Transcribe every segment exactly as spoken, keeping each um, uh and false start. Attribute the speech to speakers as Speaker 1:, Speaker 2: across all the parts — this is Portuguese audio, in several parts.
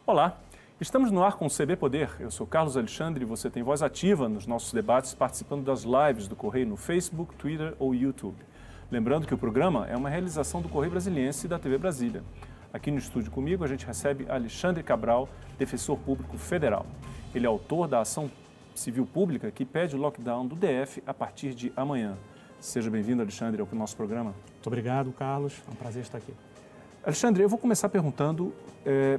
Speaker 1: Olá, estamos no ar com o C B Poder. Eu sou Carlos Alexandre e você tem voz ativa nos nossos debates participando das lives do Correio no Facebook, Twitter ou YouTube. Lembrando que o programa é uma realização do Correio Brasiliense e da T V Brasília. Aqui no estúdio comigo a gente recebe Alexandre Cabral, defensor público federal. Ele é autor da ação civil pública que pede o lockdown do D F a partir de amanhã. Seja bem-vindo, Alexandre, ao nosso programa.
Speaker 2: Muito obrigado, Carlos. É um prazer estar aqui.
Speaker 1: Alexandre, eu vou começar perguntando, é,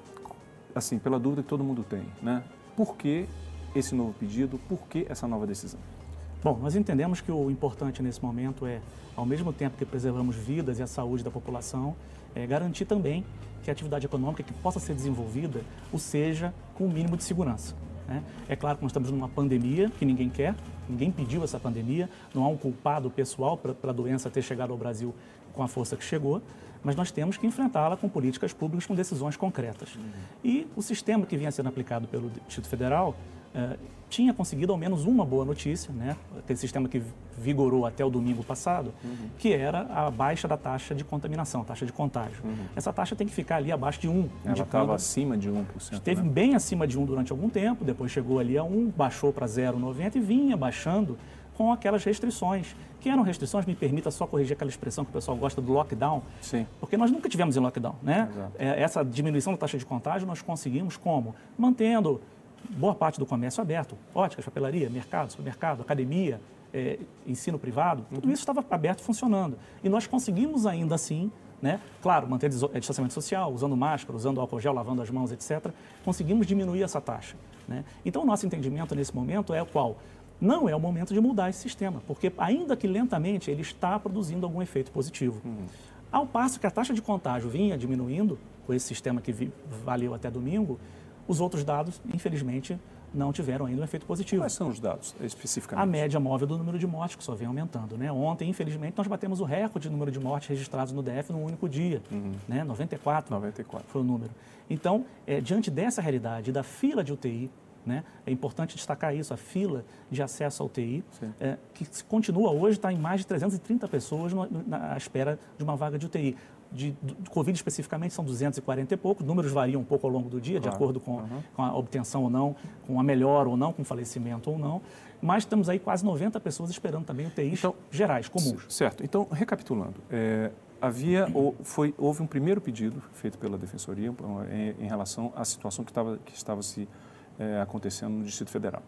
Speaker 1: assim, pela dúvida que todo mundo tem, né? Por que esse novo pedido? Por que essa nova decisão?
Speaker 2: Bom, nós entendemos que o importante nesse momento é, ao mesmo tempo que preservamos vidas e a saúde da população, é garantir também que a atividade econômica que possa ser desenvolvida o seja com o mínimo de segurança, né? É claro que nós estamos numa pandemia que ninguém quer, ninguém pediu essa pandemia, não há um culpado pessoal para a doença ter chegado ao Brasil com a força que chegou, mas nós temos que enfrentá-la com políticas públicas, com decisões concretas. Uhum. E o sistema que vinha sendo aplicado pelo Distrito Federal eh, tinha conseguido ao menos uma boa notícia, né? Aquele sistema que vigorou até o domingo passado, uhum. que era a baixa da taxa de contaminação, a taxa de contágio. Uhum. Essa taxa tem que ficar ali abaixo de um.
Speaker 1: Ela estava acima de um por cento.
Speaker 2: Esteve
Speaker 1: né?
Speaker 2: bem acima de um durante algum tempo, depois chegou ali a um, baixou para zero vírgula noventa e vinha baixando com aquelas restrições, que eram restrições, me permita só corrigir aquela expressão que o pessoal gosta do lockdown,
Speaker 1: Sim.
Speaker 2: porque nós nunca tivemos em lockdown, né? É, essa diminuição da taxa de contágio nós conseguimos como? Mantendo boa parte do comércio aberto, óticas, papelaria, mercado, supermercado, academia, é, ensino privado, tudo uhum. isso estava aberto e funcionando. E nós conseguimos ainda assim, né? Claro, manter distanciamento social, usando máscara, usando álcool gel, lavando as mãos, etcétera, conseguimos diminuir essa taxa, né? Então, o nosso entendimento nesse momento é o qual? Não é o momento de mudar esse sistema, porque ainda que lentamente ele está produzindo algum efeito positivo. Uhum. Ao passo que a taxa de contágio vinha diminuindo, com esse sistema que vi, valeu até domingo, os outros dados, infelizmente, não tiveram ainda um efeito positivo.
Speaker 1: Quais são os dados, especificamente?
Speaker 2: A média móvel do número de mortes, que só vem aumentando, né? Ontem, infelizmente, nós batemos o recorde de número de mortes registrados no D F num único dia, uhum. né? noventa e quatro,
Speaker 1: noventa e quatro
Speaker 2: foi o número. Então, é, diante dessa realidade da fila de U T I, né? É importante destacar isso, a fila de acesso à U T I, é, que continua hoje, está em mais de trezentas e trinta pessoas no, na, à espera de uma vaga de U T I. De, de Covid especificamente são duzentos e quarenta e pouco, números variam um pouco ao longo do dia, claro. de acordo com, uhum. com a obtenção ou não, com a melhora ou não, com falecimento ou não, mas temos aí quase noventa pessoas esperando também U T Is então, gerais, comuns.
Speaker 1: Certo, então recapitulando, é, havia, ou, foi, houve um primeiro pedido feito pela Defensoria em, em relação à situação que estava, que estava se É, acontecendo no Distrito Federal.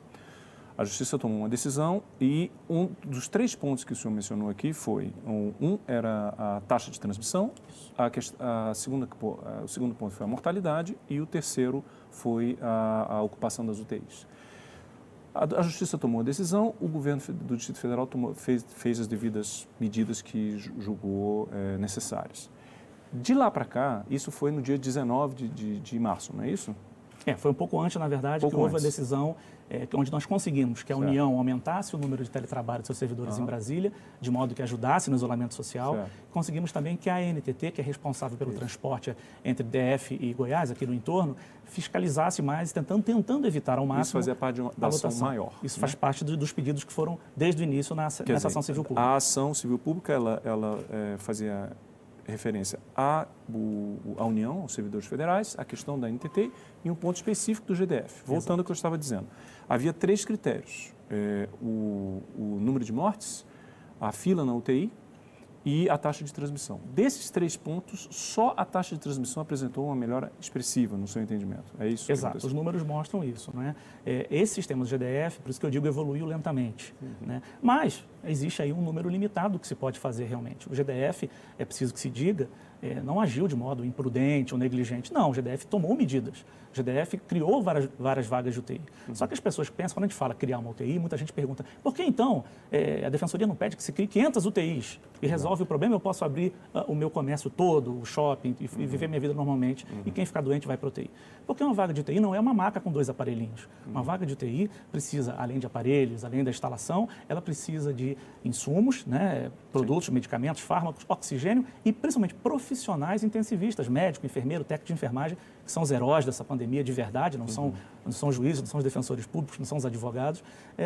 Speaker 1: A Justiça tomou uma decisão e um dos três pontos que o senhor mencionou aqui foi, um, um era a taxa de transmissão, a, a segunda, a, o segundo ponto foi a mortalidade e o terceiro foi a, a ocupação das U T Is. A, a Justiça tomou a decisão, o governo do Distrito Federal tomou, fez, fez as devidas medidas que julgou é, necessárias. De lá para cá, isso foi no dia dezenove de, de, de março, não é isso?
Speaker 2: É, foi um pouco antes, na verdade,
Speaker 1: pouco
Speaker 2: que houve
Speaker 1: antes.
Speaker 2: a decisão é, onde nós conseguimos que a
Speaker 1: certo.
Speaker 2: União aumentasse o número de teletrabalho de seus servidores uhum. em Brasília, de modo que ajudasse no isolamento social. Certo. Conseguimos também que a A N T T, que é responsável pelo Isso. transporte entre D F e Goiás, aqui no entorno, fiscalizasse mais, tentando, tentando evitar ao máximo.
Speaker 1: Isso fazia parte de uma, da ação maior.
Speaker 2: Isso
Speaker 1: né?
Speaker 2: faz parte do, dos pedidos que foram desde o início na, nessa
Speaker 1: dizer,
Speaker 2: ação civil pública.
Speaker 1: A ação civil pública, ela, ela é, fazia referência à, à União, aos servidores federais, a questão da A N T T e um ponto específico do G D F. Voltando Exato. ao que eu estava dizendo. Havia três critérios. É, o, o número de mortes, a fila na U T I e a taxa de transmissão. Desses três pontos, só a taxa de transmissão apresentou uma melhora expressiva no seu entendimento. É isso?
Speaker 2: Exato, os números mostram isso. Não é? É, esse sistema do G D F, por isso que eu digo, evoluiu lentamente. Uhum. Né? Mas existe aí um número limitado que se pode fazer realmente. O G D F, é preciso que se diga, é, não agiu de modo imprudente ou negligente. Não, o G D F tomou medidas. O G D F criou várias, várias vagas de U T I. Uhum. Só que as pessoas pensam, quando a gente fala criar uma U T I, muita gente pergunta, por que então é, a Defensoria não pede que se crie quinhentas U T Is e resolve uhum. o problema, eu posso abrir uh, o meu comércio todo, o shopping, e, uhum. e viver minha vida normalmente, uhum. e quem ficar doente vai para U T I. Porque uma vaga de U T I não é uma maca com dois aparelhinhos. Uhum. Uma vaga de U T I precisa, além de aparelhos, além da instalação, ela precisa de insumos, né, produtos, Sim. medicamentos, fármacos, oxigênio e principalmente profissionais intensivistas, médico, enfermeiro, técnico de enfermagem, que são os heróis dessa pandemia de verdade, não, uhum. são, não são os juízes, não são os defensores públicos, não são os advogados, é,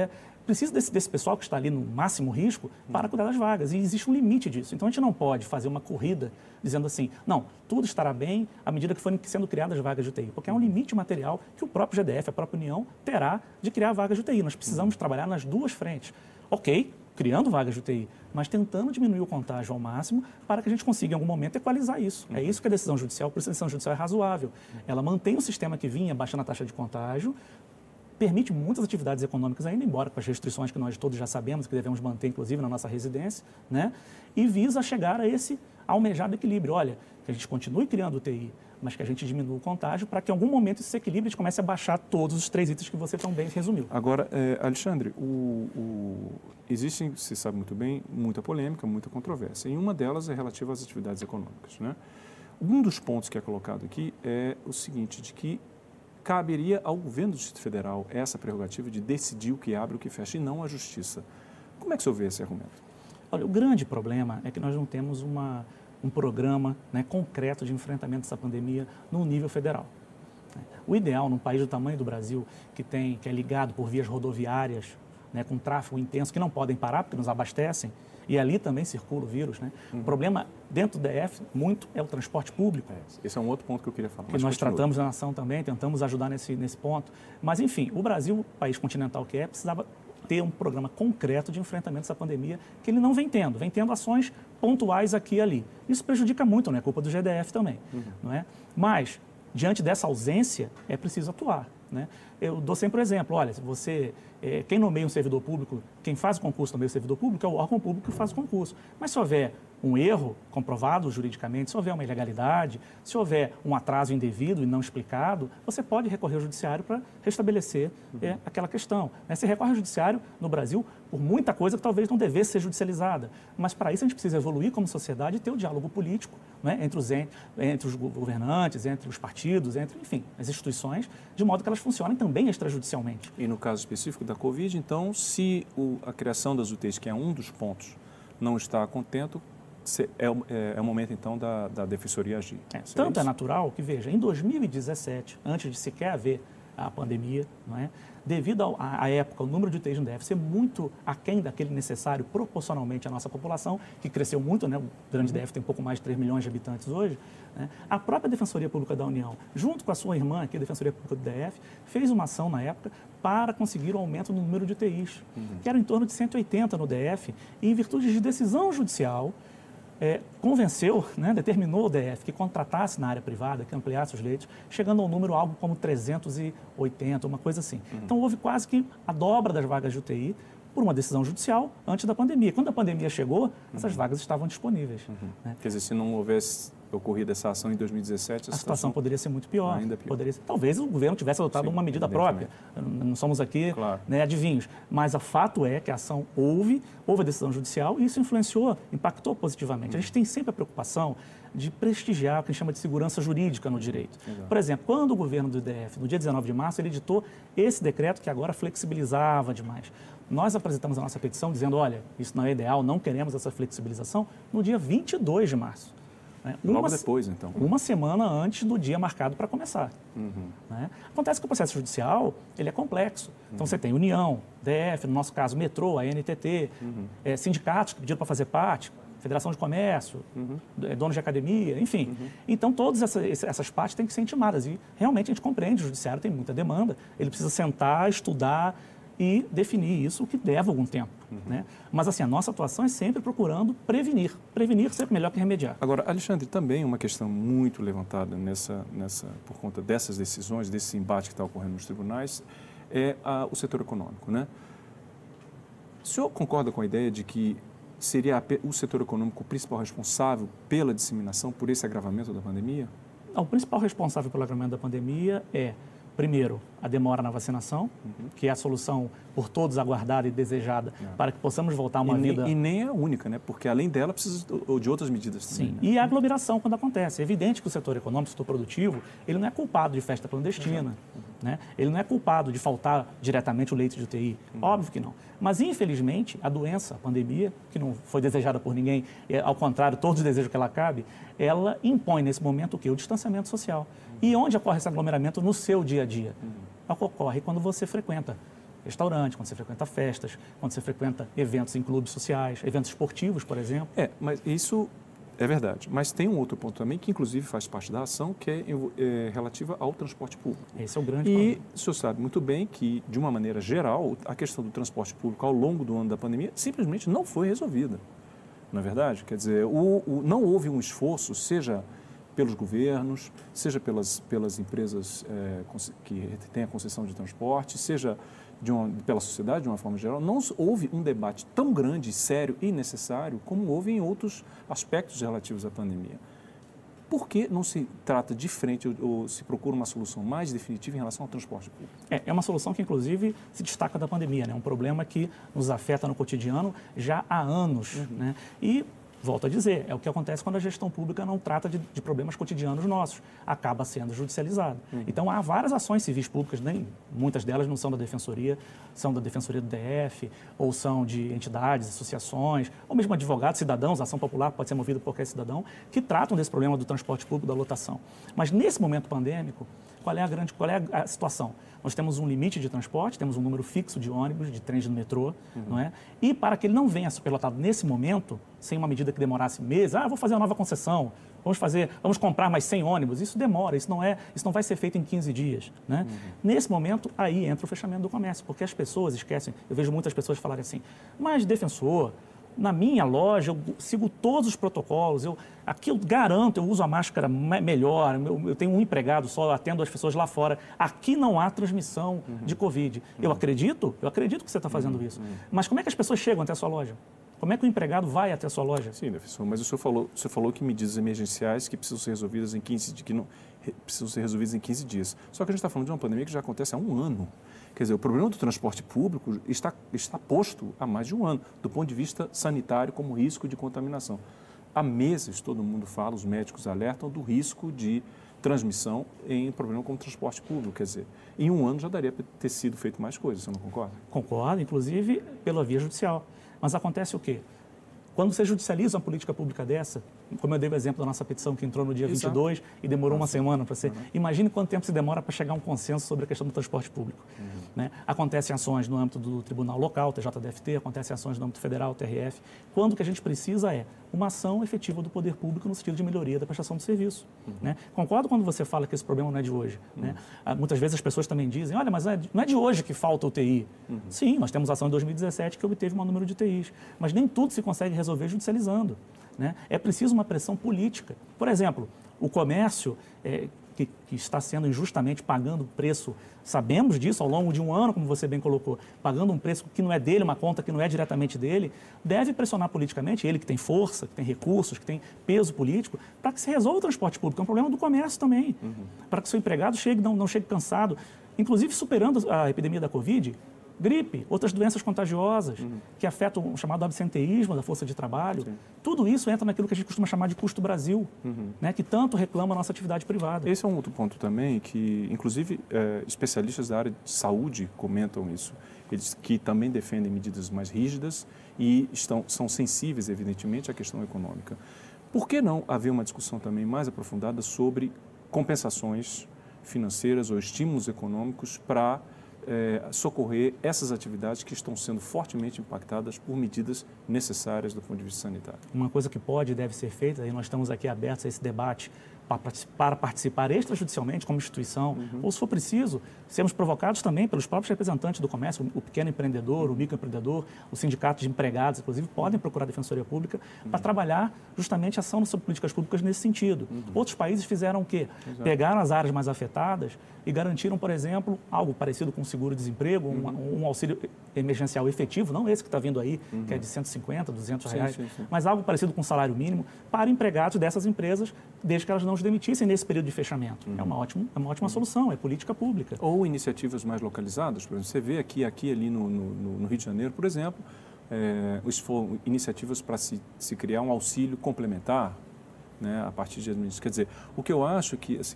Speaker 2: precisa desse, desse pessoal que está ali no máximo risco para cuidar das vagas. E existe um limite disso. Então, a gente não pode fazer uma corrida dizendo assim, não, tudo estará bem à medida que forem sendo criadas vagas de U T I, porque é um limite material que o próprio G D F, a própria União, terá de criar vagas de U T I. Nós precisamos trabalhar nas duas frentes. Ok, criando vagas de U T I, mas tentando diminuir o contágio ao máximo para que a gente consiga, em algum momento, equalizar isso. É isso que a decisão judicial, por isso a decisão judicial é razoável. Ela mantém o sistema que vinha baixando a taxa de contágio, permite muitas atividades econômicas ainda, embora com as restrições que nós todos já sabemos que devemos manter, inclusive, na nossa residência, né? E visa chegar a esse almejado equilíbrio. Olha, que a gente continue criando U T I, mas que a gente diminua o contágio para que, em algum momento, esse equilíbrio a gente comece a baixar todos os três itens que você tão bem resumiu.
Speaker 1: Agora, é, Alexandre, o, o, existe, você sabe muito bem, muita polêmica, muita controvérsia. E uma delas é relativa às atividades econômicas, né? Um dos pontos que é colocado aqui é o seguinte, de que caberia ao governo do Distrito Federal essa prerrogativa de decidir o que abre e o que fecha, e não a Justiça. Como é que o senhor vê esse argumento?
Speaker 2: Olha, o grande problema é que nós não temos uma, um programa, né, concreto de enfrentamento dessa pandemia no nível federal. O ideal, num país do tamanho do Brasil, que, tem, que é ligado por vias rodoviárias, né, com tráfego intenso, que não podem parar porque nos abastecem, e ali também circula o vírus, né? Uhum. O problema dentro do D F, muito, é o transporte público.
Speaker 1: É, esse é um outro ponto que eu queria falar.
Speaker 2: Que nós continua. Tratamos na nação também, tentamos ajudar nesse, nesse ponto. Mas, enfim, o Brasil, país continental que é, precisava ter um programa concreto de enfrentamento dessa pandemia, que ele não vem tendo, vem tendo ações pontuais aqui e ali. Isso prejudica muito, não é culpa do G D F também, uhum. não é? Mas, diante dessa ausência, é preciso atuar, né? Eu dou sempre o exemplo, olha, se você, é, quem nomeia um servidor público, quem faz o concurso nomeia o servidor público, é o órgão público que faz o concurso. Mas se houver um erro comprovado juridicamente, se houver uma ilegalidade, se houver um atraso indevido e não explicado, você pode recorrer ao judiciário para restabelecer uhum. é, aquela questão. Né? Você recorre ao judiciário no Brasil por muita coisa que talvez não devesse ser judicializada, mas para isso a gente precisa evoluir como sociedade e ter o diálogo político, né? entre, os, entre os governantes, entre os partidos, entre, enfim, as instituições, de modo que elas funcionem também extrajudicialmente.
Speaker 1: E no caso específico da Covid, então, se o, a criação das U T Is, que é um dos pontos, não está contento, É o, é, é o momento, então, da, da Defensoria agir.
Speaker 2: É, tanto é natural que, veja, em dois mil e dezessete, antes de sequer haver a pandemia, não é? Devido à época, o número de U T Is no D F ser muito aquém daquele necessário proporcionalmente à nossa população, que cresceu muito, né? O grande D F tem um pouco mais de três milhões de habitantes hoje, né? A própria Defensoria Pública da União, junto com a sua irmã aqui, a Defensoria Pública do D F, fez uma ação na época para conseguir o aumento no número de U T Is, uhum. que era em torno de cento e oitenta no D F, e em virtude de decisão judicial, É, convenceu, né, determinou o D F que contratasse na área privada, que ampliasse os leitos, chegando ao número algo como trezentos e oitenta, uma coisa assim. Uhum. Então, houve quase que a dobra das vagas de U T I por uma decisão judicial antes da pandemia. Quando a pandemia chegou, uhum. essas vagas estavam disponíveis. Uhum. Né?
Speaker 1: Quer dizer, se não houvesse ocorrido essa ação em dois mil e dezessete, a,
Speaker 2: a situação poderia ser muito pior.
Speaker 1: Ainda pior.
Speaker 2: Poderia ser, talvez o governo tivesse adotado Sim, uma medida própria. Não somos aqui
Speaker 1: claro.
Speaker 2: né, adivinhos. Mas o fato é que a ação houve, houve a decisão judicial e isso influenciou, impactou positivamente. Uhum. A gente tem sempre a preocupação de prestigiar o que a gente chama de segurança jurídica no direito. Exato. Por exemplo, quando o governo do D F, no dia dezenove de março, ele editou esse decreto que agora flexibilizava demais. Nós apresentamos a nossa petição dizendo, olha, isso não é ideal, não queremos essa flexibilização, no dia vinte e dois de março. Né?
Speaker 1: Logo
Speaker 2: uma,
Speaker 1: depois, então.
Speaker 2: Uma semana antes do dia marcado para começar.
Speaker 1: Uhum.
Speaker 2: Né? Acontece que o processo judicial ele é complexo. Então, uhum. você tem União, D F, no nosso caso, Metrô, a N T T, uhum. é, sindicatos que pediram para fazer parte, Federação de Comércio, uhum. donos de academia, enfim. Uhum. Então, todas essas, essas partes têm que ser intimadas. E, realmente, a gente compreende, o judiciário tem muita demanda, ele precisa sentar, estudar e definir isso, o que leva algum tempo. Uhum. Né? Mas, assim, a nossa atuação é sempre procurando prevenir. Prevenir sempre melhor que remediar.
Speaker 1: Agora, Alexandre, também uma questão muito levantada nessa, nessa, por conta dessas decisões, desse embate que está ocorrendo nos tribunais, é a, o setor econômico, né? O senhor concorda com a ideia de que seria o setor econômico o principal responsável pela disseminação, por esse agravamento da pandemia?
Speaker 2: Não, o principal responsável pelo agravamento da pandemia é, primeiro, a demora na vacinação, uhum. que é a solução por todos aguardada e desejada é. para que possamos voltar a uma
Speaker 1: e
Speaker 2: vida...
Speaker 1: Nem, e nem é a única, né? Porque além dela precisa de outras medidas também.
Speaker 2: Sim,
Speaker 1: né?
Speaker 2: E a aglomeração quando acontece. É evidente que o setor econômico, o setor produtivo, ele não é culpado de festa clandestina, uhum. né? Ele não é culpado de faltar diretamente o leite de U T I, uhum. óbvio que não. Mas, infelizmente, a doença, a pandemia, que não foi desejada por ninguém, é, ao contrário, todos desejam que ela acabe, ela impõe nesse momento o quê? O distanciamento social. Uhum. E onde ocorre esse aglomeramento no seu dia a dia? Uhum. Ocorre quando você frequenta restaurante, quando você frequenta festas, quando você frequenta eventos em clubes sociais, eventos esportivos, por exemplo.
Speaker 1: É, mas isso é verdade. Mas tem um outro ponto também, que inclusive faz parte da ação, que é, é relativa ao transporte público.
Speaker 2: Esse é o grande
Speaker 1: E
Speaker 2: problema.
Speaker 1: o senhor sabe muito bem que, de uma maneira geral, a questão do transporte público ao longo do ano da pandemia simplesmente não foi resolvida. Não é verdade? Quer dizer, o, o, não houve um esforço, seja pelos governos, seja pelas, pelas empresas é, que têm a concessão de transporte, seja de uma, pela sociedade de uma forma geral, não houve um debate tão grande, sério e necessário como houve em outros aspectos relativos à pandemia. Por que não se trata de frente ou, ou se procura uma solução mais definitiva em relação ao transporte público?
Speaker 2: É, é uma solução que, inclusive, se destaca da pandemia, né? Um problema que nos afeta no cotidiano já há anos, uhum. né? E volto a dizer, é o que acontece quando a gestão pública não trata de, de problemas cotidianos nossos, acaba sendo judicializado. Uhum. Então, há várias ações civis públicas, nem, muitas delas não são da Defensoria, são da Defensoria do D F, ou são de entidades, associações, ou mesmo advogados, cidadãos, ação popular pode ser movida por qualquer cidadão, que tratam desse problema do transporte público, da lotação. Mas, nesse momento pandêmico, qual é a grande, qual é a, a situação? Nós temos um limite de transporte, temos um número fixo de ônibus, de trens no metrô, uhum. não é? E para que ele não venha superlotado nesse momento, sem uma medida que demorasse meses, ah, vou fazer uma nova concessão, vamos fazer, vamos comprar mais cem ônibus, isso demora, isso não é, isso não vai ser feito em quinze dias, né? Uhum. Nesse momento, aí entra o fechamento do comércio, porque as pessoas esquecem, eu vejo muitas pessoas falarem assim, mas defensor, na minha loja, eu sigo todos os protocolos, eu, aqui eu garanto, eu uso a máscara melhor, eu, eu tenho um empregado só, eu atendo as pessoas lá fora. Aqui não há transmissão uhum. de Covid. Uhum. Eu acredito, eu acredito que você está fazendo uhum. isso. Mas como é que as pessoas chegam até a sua loja? Como é que o empregado vai até a sua loja?
Speaker 1: Sim, professor, mas o senhor falou, o senhor falou que medidas emergenciais que precisam ser resolvidas em quinze dias, que não, precisam ser resolvidas em quinze dias. Só que a gente está falando de uma pandemia que já acontece há um ano. Quer dizer, o problema do transporte público está, está posto há mais de um ano, do ponto de vista sanitário, como risco de contaminação. Há meses, todo mundo fala, os médicos alertam do risco de transmissão em problema com o transporte público. Quer dizer, em um ano já daria para ter sido feito mais coisas, você não concorda?
Speaker 2: Concordo, inclusive pela via judicial. Mas acontece o quê? Quando você judicializa uma política pública dessa, como eu dei o exemplo da nossa petição que entrou no dia Exato. vinte e dois e demorou Nossa. uma semana para ser... Uhum. Imagine quanto tempo se demora para chegar a um consenso sobre a questão do transporte público. Uhum. Né? Acontecem ações no âmbito do Tribunal Local, T J D F T, acontecem ações no âmbito federal, T R F. Quando o que a gente precisa é uma ação efetiva do poder público no sentido de melhoria da prestação de serviço. Uhum. Né? Concordo quando você fala que esse problema não é de hoje. Uhum. Né? Muitas vezes as pessoas também dizem, olha, mas não é de hoje que falta U T I. Uhum. Sim, nós temos ação em dois mil e dezessete que obteve um maior número de U T Is, mas nem tudo se consegue resolver judicializando. Né? É preciso uma pressão política. Por exemplo, o comércio é, que, que está sendo injustamente pagando preço, sabemos disso ao longo de um ano, como você bem colocou, pagando um preço que não é dele, uma conta que não é diretamente dele, deve pressionar politicamente, ele que tem força, que tem recursos, que tem peso político, para que se resolva o transporte público. É um problema do comércio também, uhum. para que o seu empregado chegue, não, não chegue cansado. Inclusive, superando a epidemia da Covid, gripe, outras doenças contagiosas, uhum. que afetam o chamado absenteísmo da força de trabalho. Sim. Tudo isso entra naquilo que a gente costuma chamar de custo Brasil, uhum. né, que tanto reclama a nossa atividade privada.
Speaker 1: Esse é um outro ponto também que, inclusive, é, especialistas da área de saúde comentam isso. Eles que também defendem medidas mais rígidas e estão, são sensíveis, evidentemente, à questão econômica. Por que não haver uma discussão também mais aprofundada sobre compensações financeiras ou estímulos econômicos para É, socorrer essas atividades que estão sendo fortemente impactadas por medidas necessárias do ponto de vista sanitário?
Speaker 2: Uma coisa que pode e deve ser feita, e nós estamos aqui abertos a esse debate para participar extrajudicialmente como instituição, uhum. ou se for preciso, sermos provocados também pelos próprios representantes do comércio, o pequeno empreendedor, o microempreendedor, o sindicato de empregados, inclusive, podem procurar a Defensoria Pública uhum. para trabalhar justamente ação sobre políticas públicas nesse sentido. Uhum. Outros países fizeram o quê? Exato. Pegaram as áreas mais afetadas e garantiram, por exemplo, algo parecido com o seguro-desemprego, uhum. um, um auxílio emergencial efetivo, não esse que está vindo aí, uhum. que é de cento e cinquenta, duzentos reais, sim, sim, sim. mas algo parecido com o salário mínimo para empregados dessas empresas, desde que elas não os demitissem nesse período de fechamento. Uhum. É uma ótima, é uma ótima uhum. solução, é política pública.
Speaker 1: Ou iniciativas mais localizadas, por exemplo, você vê aqui, aqui ali no, no, no Rio de Janeiro, por exemplo, é, iniciativas para se, se criar um auxílio complementar, né, a partir de administração. Quer dizer, o que eu acho que, assim,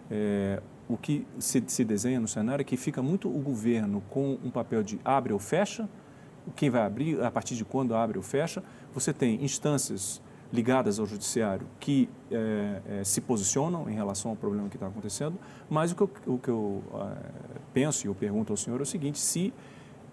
Speaker 1: é, o que se, se desenha no cenário é que fica muito o governo com um papel de abre ou fecha, quem vai abrir, a partir de quando abre ou fecha. Você tem instâncias ligadas ao judiciário que é, é, se posicionam em relação ao problema que está acontecendo, mas o que eu, o que eu é, penso e eu pergunto ao senhor é o seguinte, se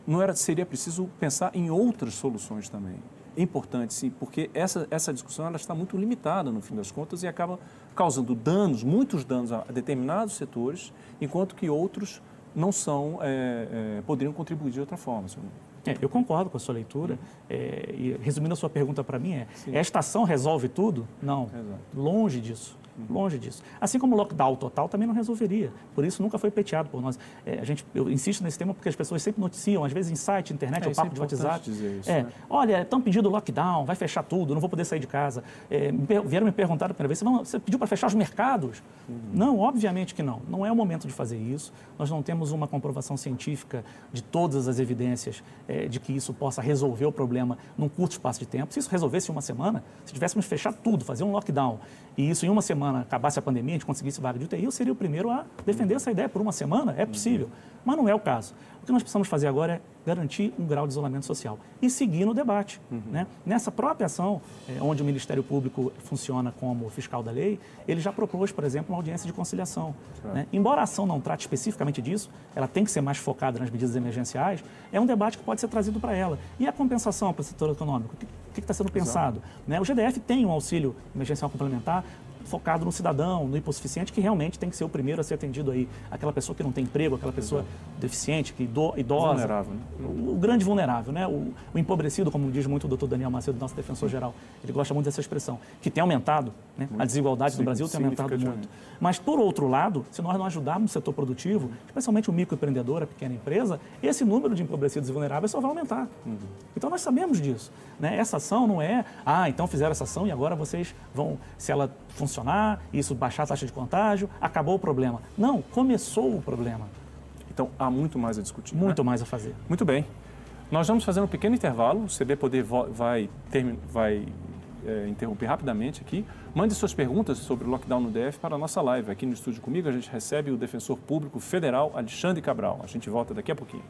Speaker 1: não era, seria preciso pensar em outras soluções também. É importante, sim, porque essa, essa discussão ela está muito limitada, no fim das contas, e acaba causando danos, muitos danos a determinados setores, enquanto que outros não são, é, é, poderiam contribuir de outra forma.
Speaker 2: É, eu concordo com a sua leitura. Uhum. É, e resumindo a sua pergunta para mim, é,
Speaker 1: Sim.
Speaker 2: esta ação resolve tudo? Não,
Speaker 1: Exato.
Speaker 2: Longe disso. Longe disso. Assim como o lockdown total também não resolveria. Por isso nunca foi pleiteado por nós. É, a gente, eu insisto nesse tema porque as pessoas sempre noticiam, às vezes em site, internet,
Speaker 1: é,
Speaker 2: ou papo
Speaker 1: é
Speaker 2: de WhatsApp.
Speaker 1: Dizer isso,
Speaker 2: é,
Speaker 1: né?
Speaker 2: Olha, estão pedindo lockdown, vai fechar tudo, não vou poder sair de casa. É, me, vieram me perguntar a primeira vez, você pediu para fechar os mercados? Uhum. Não, obviamente que não. Não é o momento de fazer isso. Nós não temos uma comprovação científica de todas as evidências é, de que isso possa resolver o problema num curto espaço de tempo. Se isso resolvesse em uma semana, se tivéssemos fechado tudo, fazer um lockdown, e isso em uma semana acabasse a pandemia, a gente conseguisse vaga de U T I, eu seria o primeiro a defender essa ideia por uma semana, é possível, mas não é o caso. O que nós precisamos fazer agora é garantir um grau de isolamento social e seguir no debate. Uhum. Né? Nessa própria ação, é, onde o Ministério Público funciona como fiscal da lei, ele já propôs, por exemplo, uma audiência de conciliação. Claro. Né? Embora a ação não trate especificamente disso, ela tem que ser mais focada nas medidas emergenciais, é um debate que pode ser trazido para ela. E a compensação para o setor econômico? O que está sendo pensado? Né? O G D F tem um auxílio emergencial complementar focado no cidadão, no hipossuficiente, que realmente tem que ser o primeiro a ser atendido aí. Aquela pessoa que não tem emprego, aquela pessoa Exato. deficiente, que ido, idosa.
Speaker 1: Vulnerável, né?
Speaker 2: O, o grande vulnerável, né? O, o empobrecido, como diz muito o doutor Daniel Macedo, nosso defensor-geral. Ele gosta muito dessa expressão, que tem aumentado, né? A desigualdade sim, no Brasil tem aumentado muito. Mas, por outro lado, se nós não ajudarmos o setor produtivo, especialmente o microempreendedor, a pequena empresa, esse número de empobrecidos e vulneráveis só vai aumentar. Uhum. Então, nós sabemos disso. Né? Essa ação não é, ah, então fizeram essa ação e agora vocês vão, se ela funcionar, isso baixar a taxa de contágio, acabou o problema. Não, começou o problema.
Speaker 1: Então, há muito mais a discutir.
Speaker 2: Muito
Speaker 1: né?
Speaker 2: mais a fazer.
Speaker 1: Muito bem. Nós vamos fazer um pequeno intervalo, o C B Poder vai, termi- vai é, interromper rapidamente aqui. Mande suas perguntas sobre o lockdown no D F para a nossa live. Aqui no estúdio comigo, a gente recebe o Defensor Público Federal, Alexandre Cabral. A gente volta daqui a pouquinho.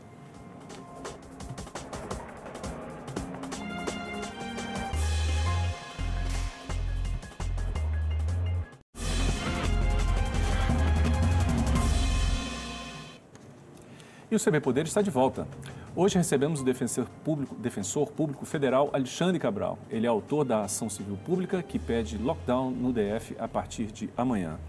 Speaker 1: E o C B Poder está de volta. Hoje recebemos o Defensor Público, Defensor Público Federal Alexandre Cabral. Ele é autor da ação civil pública que pede lockdown no D F a partir de amanhã.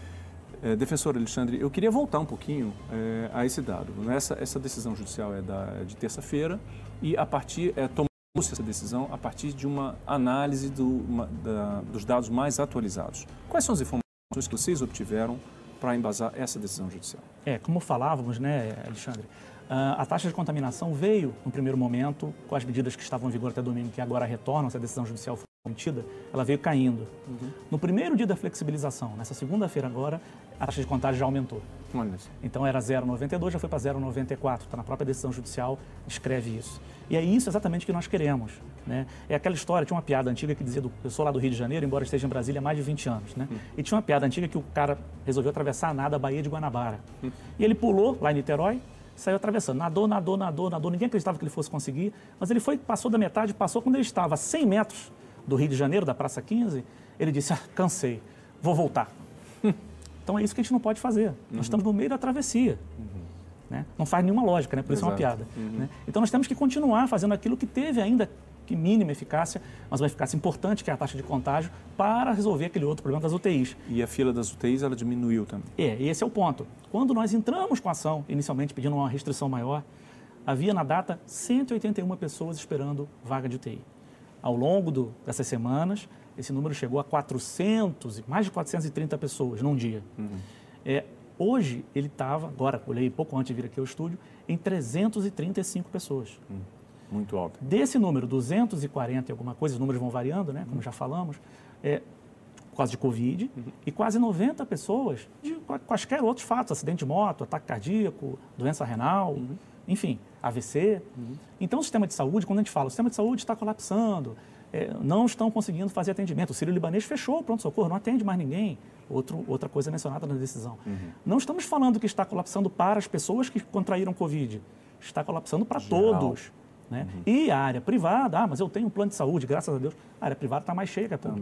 Speaker 1: É, defensor Alexandre, eu queria voltar um pouquinho é, a esse dado. Essa, essa decisão judicial é, da, é de terça-feira e a partir é, tomou-se essa decisão a partir de uma análise do, uma, da, dos dados mais atualizados. Quais são as informações que vocês obtiveram para embasar essa decisão judicial?
Speaker 2: É, como falávamos, né, Alexandre, a taxa de contaminação veio, no primeiro momento, com as medidas que estavam em vigor até domingo, que agora retornam, se a decisão judicial for cometida, ela veio caindo. Uhum. No primeiro dia da flexibilização, nessa segunda-feira agora, a taxa de contágio já aumentou.
Speaker 1: Olha isso.
Speaker 2: Então era zero vírgula noventa e dois, já foi para zero vírgula noventa e quatro, está na própria decisão judicial, escreve isso. E é isso exatamente que nós queremos. Né? É aquela história, tinha uma piada antiga que dizia, do, eu sou lá do Rio de Janeiro, embora esteja em Brasília há mais de vinte anos, né? Hum. E tinha uma piada antiga que o cara resolveu atravessar a nada a Baía de Guanabara. Hum. E ele pulou lá em Niterói, saiu atravessando, nadou, nadou, nadou, nadou, ninguém acreditava que ele fosse conseguir, mas ele foi, passou da metade, passou, quando ele estava a cem metros do Rio de Janeiro, da Praça quinze, ele disse, ah, cansei, vou voltar. Hum. Então é isso que a gente não pode fazer, uhum. Nós estamos no meio da travessia. Uhum. Né? Não faz nenhuma lógica, né? Por isso Exato. É uma piada. Uhum. Né? Então nós temos que continuar fazendo aquilo que teve ainda que mínima eficácia, mas uma eficácia importante, que é a taxa de contágio, para resolver aquele outro problema das U T Is.
Speaker 1: E a fila das U T Is, ela diminuiu também?
Speaker 2: É, e esse é o ponto. Quando nós entramos com a ação, inicialmente pedindo uma restrição maior, havia na data cento e oitenta e uma pessoas esperando vaga de U T I. Ao longo do, dessas semanas, esse número chegou a quatrocentos, mais de quatrocentas e trinta pessoas num dia. Uhum. É, hoje, ele estava, agora, olhei pouco antes de vir aqui ao estúdio, em trezentas e trinta e cinco pessoas.
Speaker 1: Uhum. Muito alto.
Speaker 2: Desse número, duzentos e quarenta e alguma coisa, os números vão variando, né, como uhum. já falamos, é, por causa de Covid, uhum. e quase noventa pessoas de quaisquer outros fatos, acidente de moto, ataque cardíaco, doença renal, uhum. enfim, A V C. Uhum. Então, o sistema de saúde, quando a gente fala, o sistema de saúde está colapsando, é, não estão conseguindo fazer atendimento. O Sírio-Libanês fechou o pronto-socorro, não atende mais ninguém. Outro, outra coisa mencionada na decisão. Uhum. Não estamos falando que está colapsando para as pessoas que contraíram Covid, está colapsando para Geral. todos. Né? Uhum. E a área privada, ah, mas eu tenho um plano de saúde, graças a Deus, a área privada está mais cheia que a pública.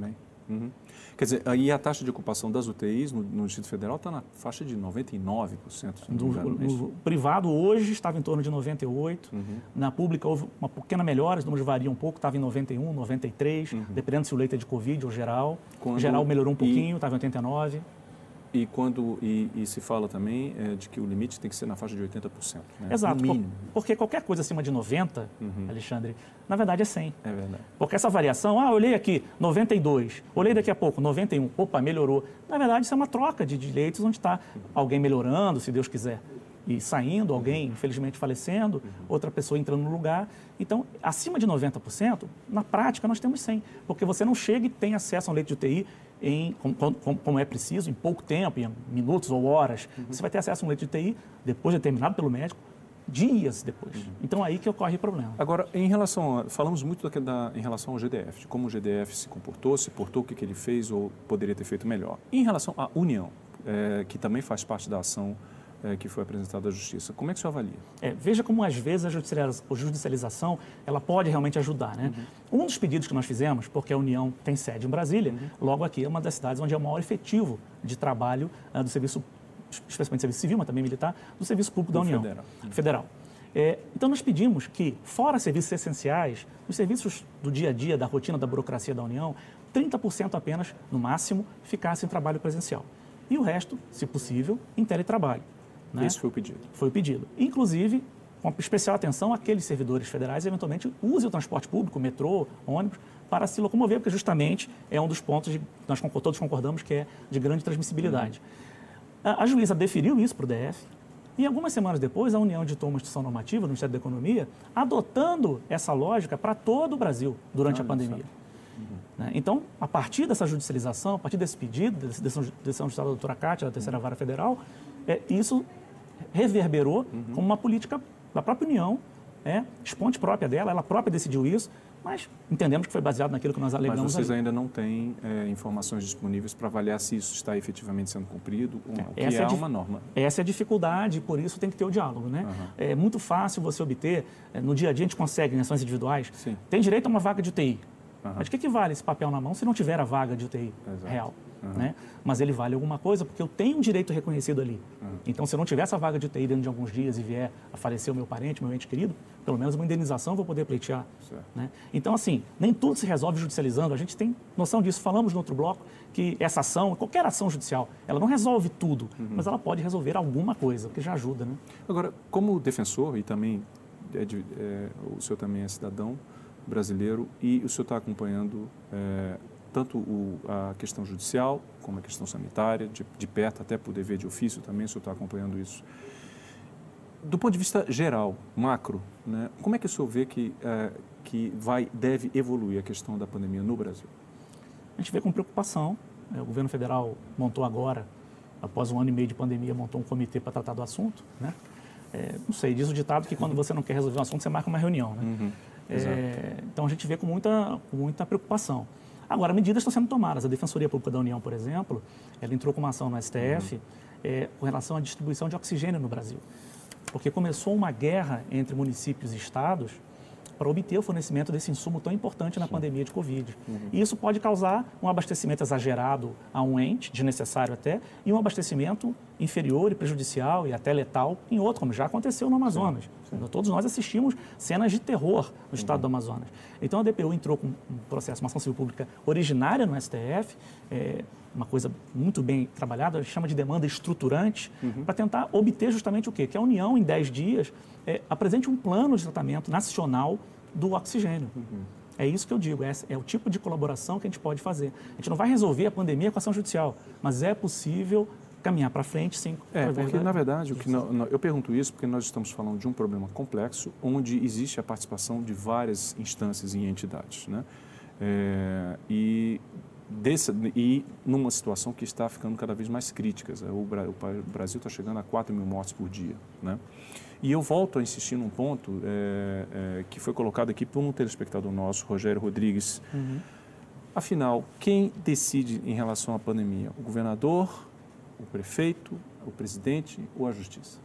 Speaker 1: Uhum. Quer dizer, aí a taxa de ocupação das U T Is no, no Distrito Federal está na faixa de noventa e nove por cento.
Speaker 2: Do, no privado hoje estava em torno de noventa e oito por cento. Uhum. Na pública houve uma pequena melhora, os números variam um pouco, estava em noventa e um por cento, noventa e três por cento, uhum. dependendo se o leito é de Covid ou geral. Quando, geral melhorou um pouquinho, estava em oitenta e nove por cento.
Speaker 1: E, quando, e, e se fala também é, de que o limite tem que ser na faixa de oitenta por cento. Né?
Speaker 2: Exato, por, porque qualquer coisa acima de noventa, uhum. Alexandre, na verdade é cem.
Speaker 1: É verdade.
Speaker 2: Porque essa variação, ah, olhei aqui, noventa e dois, olhei daqui a pouco, noventa e um, opa, melhorou. Na verdade, isso é uma troca de, de leitos onde está alguém melhorando, se Deus quiser, e saindo, alguém infelizmente falecendo, uhum. outra pessoa entrando no lugar. Então, acima de noventa por cento, na prática nós temos cem, porque você não chega e tem acesso a um leito de U T I Em, como, como, como é preciso, em pouco tempo, em minutos ou horas. Uhum. Você vai ter acesso a um leito de U T I, depois determinado pelo médico, dias depois. Uhum. Então, aí que ocorre o problema.
Speaker 1: Agora, em relação a, falamos muito da, da, em relação ao G D F, de como o G D F se comportou, se portou, o que, que ele fez ou poderia ter feito melhor. Em relação à União, é, que também faz parte da ação é, que foi apresentada à Justiça, como é que o senhor avalia? É,
Speaker 2: veja como, às vezes, a judicialização ela pode realmente ajudar. Né? Uhum. Um dos pedidos que nós fizemos, porque a União tem sede em Brasília, uhum. logo aqui é uma das cidades onde é o maior efetivo de trabalho uh, do serviço, especialmente serviço civil, mas também militar, do serviço público da União
Speaker 1: Federal. Uhum.
Speaker 2: Federal. É, então, nós pedimos que, fora serviços essenciais, os serviços do dia a dia, da rotina, da burocracia da União, trinta por cento apenas, no máximo, ficasse em trabalho presencial. E o resto, se possível, em teletrabalho. Né?
Speaker 1: Esse foi o pedido.
Speaker 2: Foi o pedido. Inclusive, com especial atenção, aqueles servidores federais eventualmente usem o transporte público, metrô, ônibus, para se locomover, porque justamente é um dos pontos que nós todos concordamos que é de grande transmissibilidade. Uhum. A, a juíza deferiu isso para o D F e algumas semanas depois a União editou uma instrução normativa no Ministério da Economia adotando essa lógica para todo o Brasil durante ah, a pandemia. Uhum. Né? Então, a partir dessa judicialização, a partir desse pedido, dessa decisão judicial da doutora Cátia, da Terceira Vara Federal, é, isso reverberou uhum. como uma política da própria União, é, esponte própria dela, ela própria decidiu isso, mas entendemos que foi baseado naquilo que nós alegamos.
Speaker 1: Mas vocês
Speaker 2: ali.
Speaker 1: ainda não têm é, informações disponíveis para avaliar se isso está efetivamente sendo cumprido, ou não, o que
Speaker 2: essa
Speaker 1: é,
Speaker 2: é
Speaker 1: uma norma.
Speaker 2: Essa é a dificuldade, por isso tem que ter o diálogo. Né? Uhum. É muito fácil você obter, no dia a dia a gente consegue, em ações individuais, Sim. tem direito a uma vaga de U T I. Uhum. Mas o que, que vale esse papel na mão se não tiver a vaga de U T I Exato. Real? Uhum. Né? Mas ele vale alguma coisa porque eu tenho um direito reconhecido ali. Uhum. Então, se eu não tiver essa vaga de U T I dentro de alguns dias e vier a falecer o meu parente, meu ente querido, pelo menos uma indenização eu vou poder pleitear. Né? Então, assim, nem tudo se resolve judicializando. A gente tem noção disso. Falamos no outro bloco que essa ação, qualquer ação judicial, ela não resolve tudo, uhum. mas ela pode resolver alguma coisa, que já ajuda. Né?
Speaker 1: Agora, como defensor, e também é de, é, o senhor também é cidadão brasileiro, e o senhor está acompanhando é, tanto o, a questão judicial como a questão sanitária, de, de perto, até por dever de ofício também, o senhor está acompanhando isso. Do ponto de vista geral, macro, né, como é que o senhor vê que, é, que vai, deve evoluir a questão da pandemia no Brasil?
Speaker 2: A gente vê com preocupação. O governo federal montou agora, após um ano e meio de pandemia, montou um comitê para tratar do assunto. Né? É, não sei, diz o ditado que quando você não quer resolver um assunto, você marca uma reunião. Né? Uhum. É, então, a gente vê com muita, com muita preocupação. Agora, medidas estão sendo tomadas. A Defensoria Pública da União, por exemplo, ela entrou com uma ação no S T F uhum. é, com relação à distribuição de oxigênio no Brasil. Porque começou uma guerra entre municípios e estados para obter o fornecimento desse insumo tão importante na Sim. pandemia de Covid. Uhum. E isso pode causar um abastecimento exagerado a um ente, desnecessário até, e um abastecimento inferior e prejudicial e até letal em outro, como já aconteceu no Amazonas. Sim. Sim. Todos nós assistimos cenas de terror no estado uhum. do Amazonas. Então, a D P U entrou com um processo, uma ação civil pública originária no S T F, é, uma coisa muito bem trabalhada, chama de demanda estruturante, uhum. para tentar obter justamente o quê? Que a União, em dez dias, é, apresente um plano de tratamento nacional do oxigênio. Uhum. É isso que eu digo, é, é o tipo de colaboração que a gente pode fazer. A gente não vai resolver a pandemia com a ação judicial, mas é possível caminhar para frente, sim.
Speaker 1: É, porque, na verdade, o que não, não, eu pergunto isso porque nós estamos falando de um problema complexo, onde existe a participação de várias instâncias e entidades, né? É, e, desse, e numa situação que está ficando cada vez mais crítica. O, o Brasil está chegando a quatro mil mortes por dia, né? E eu volto a insistir num ponto é, é, que foi colocado aqui por um telespectador nosso, Rogério Rodrigues. Uhum. Afinal, quem decide em relação à pandemia? O governador, o prefeito, o presidente ou a justiça?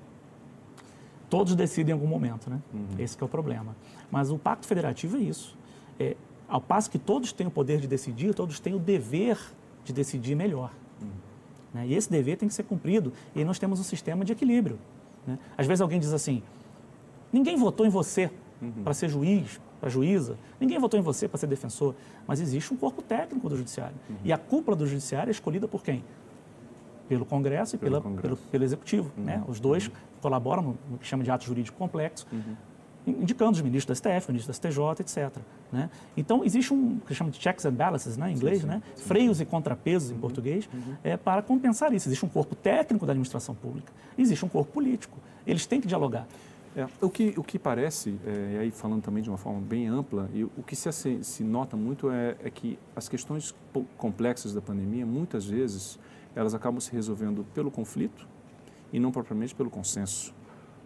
Speaker 2: Todos decidem em algum momento, né?
Speaker 1: Uhum.
Speaker 2: Esse que é o problema. Mas o Pacto Federativo é isso. É, ao passo que todos têm o poder de decidir, todos têm o dever de decidir melhor. Hum. Né? E esse dever tem que ser cumprido. E aí nós temos um sistema de equilíbrio. Né? Às vezes alguém diz assim, ninguém votou em você uhum. para ser juiz, para juíza, ninguém votou em você para ser defensor, mas existe um corpo técnico do judiciário. Uhum. E a cúpula do judiciário é escolhida por quem? Pelo Congresso e pelo, pela, Congresso. pelo, pelo Executivo. Uhum. Né? Os dois uhum. colaboram no, no que chama de ato jurídico complexo, uhum. indicando os ministros da S T F, ministros da S T J, etcétera. Né? Então, existe um que chama de checks and balances, né, em inglês, sim, sim, né? Sim, freios sim. e contrapesos uhum. em português, uhum. é, para compensar isso. Existe um corpo técnico da administração pública, existe um corpo político. Eles têm que dialogar.
Speaker 1: É, o, que, o que parece, é, e aí falando também de uma forma bem ampla, e o que se, se nota muito é, é que as questões complexas da pandemia, muitas vezes, elas acabam se resolvendo pelo conflito e não propriamente pelo consenso.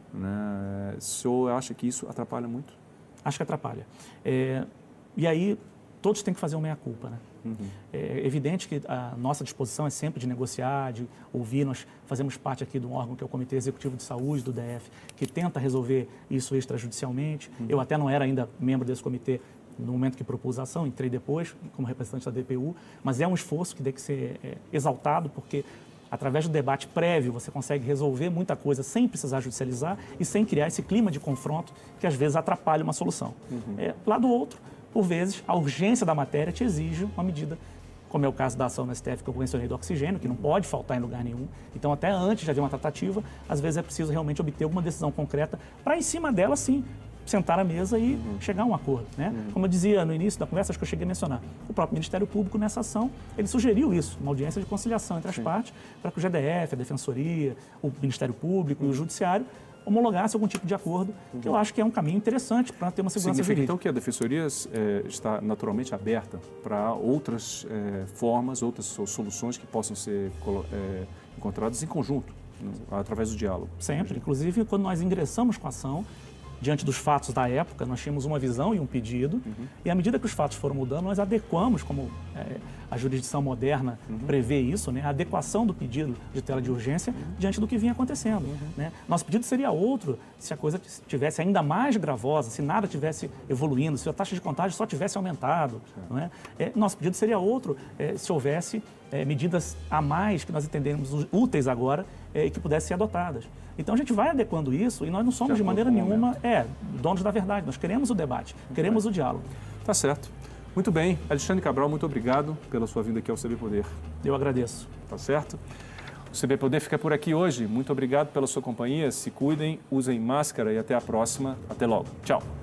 Speaker 1: Né? O senhor acha que isso atrapalha muito?
Speaker 2: Acho que atrapalha. É, e aí, todos têm que fazer uma meia-culpa, né? Uhum. É evidente que a nossa disposição é sempre de negociar, de ouvir. Nós fazemos parte aqui de um órgão que é o Comitê Executivo de Saúde do D F, que tenta resolver isso extrajudicialmente. Uhum. Eu até não era ainda membro desse comitê no momento que propus a ação, entrei depois como representante da D P U, mas é um esforço que tem que ser é, exaltado, porque através do debate prévio você consegue resolver muita coisa sem precisar judicializar e sem criar esse clima de confronto que às vezes atrapalha uma solução. Uhum. É, lá do outro, por vezes, a urgência da matéria te exige uma medida, como é o caso da ação no S T F que eu mencionei do oxigênio, que não pode faltar em lugar nenhum. Então, até antes de haver uma tratativa, às vezes é preciso realmente obter alguma decisão concreta para, em cima dela, sim, sentar à mesa e uhum. chegar a um acordo. Né? Uhum. Como eu dizia no início da conversa, acho que eu cheguei a mencionar, o próprio Ministério Público, nessa ação, ele sugeriu isso, uma audiência de conciliação entre as sim. partes, para que o G D F, a Defensoria, o Ministério Público uhum. e o Judiciário homologasse algum tipo de acordo, uhum. que eu acho que é um caminho interessante para ter uma segurança
Speaker 1: Significa,
Speaker 2: jurídica.
Speaker 1: Então, que a Defensoria é, está naturalmente aberta para outras é, formas, outras soluções que possam ser é, encontradas em conjunto, né, através do diálogo.
Speaker 2: Sempre. Inclusive, quando nós ingressamos com a ação, diante dos fatos da época, nós tínhamos uma visão e um pedido, uhum. e à medida que os fatos foram mudando, nós adequamos, como é, a jurisdição moderna uhum. prevê isso, né, a adequação do pedido de tutela de urgência uhum. diante do que vinha acontecendo. Uhum. Né? Nosso pedido seria outro se a coisa tivesse ainda mais gravosa, se nada tivesse evoluindo, se a taxa de contágio só tivesse aumentado. Não é? É, nosso pedido seria outro é, se houvesse é, medidas a mais que nós entendemos úteis agora é, e que pudessem ser adotadas. Então, a gente vai adequando isso e nós não somos, de maneira nenhuma, é, donos da verdade. Nós queremos o debate, queremos o diálogo.
Speaker 1: Tá certo. Muito bem. Alexandre Cabral, muito obrigado pela sua vinda aqui ao C B Poder.
Speaker 2: Eu agradeço.
Speaker 1: Tá certo? O C B Poder fica por aqui hoje. Muito obrigado pela sua companhia. Se cuidem, usem máscara e até a próxima. Até logo. Tchau.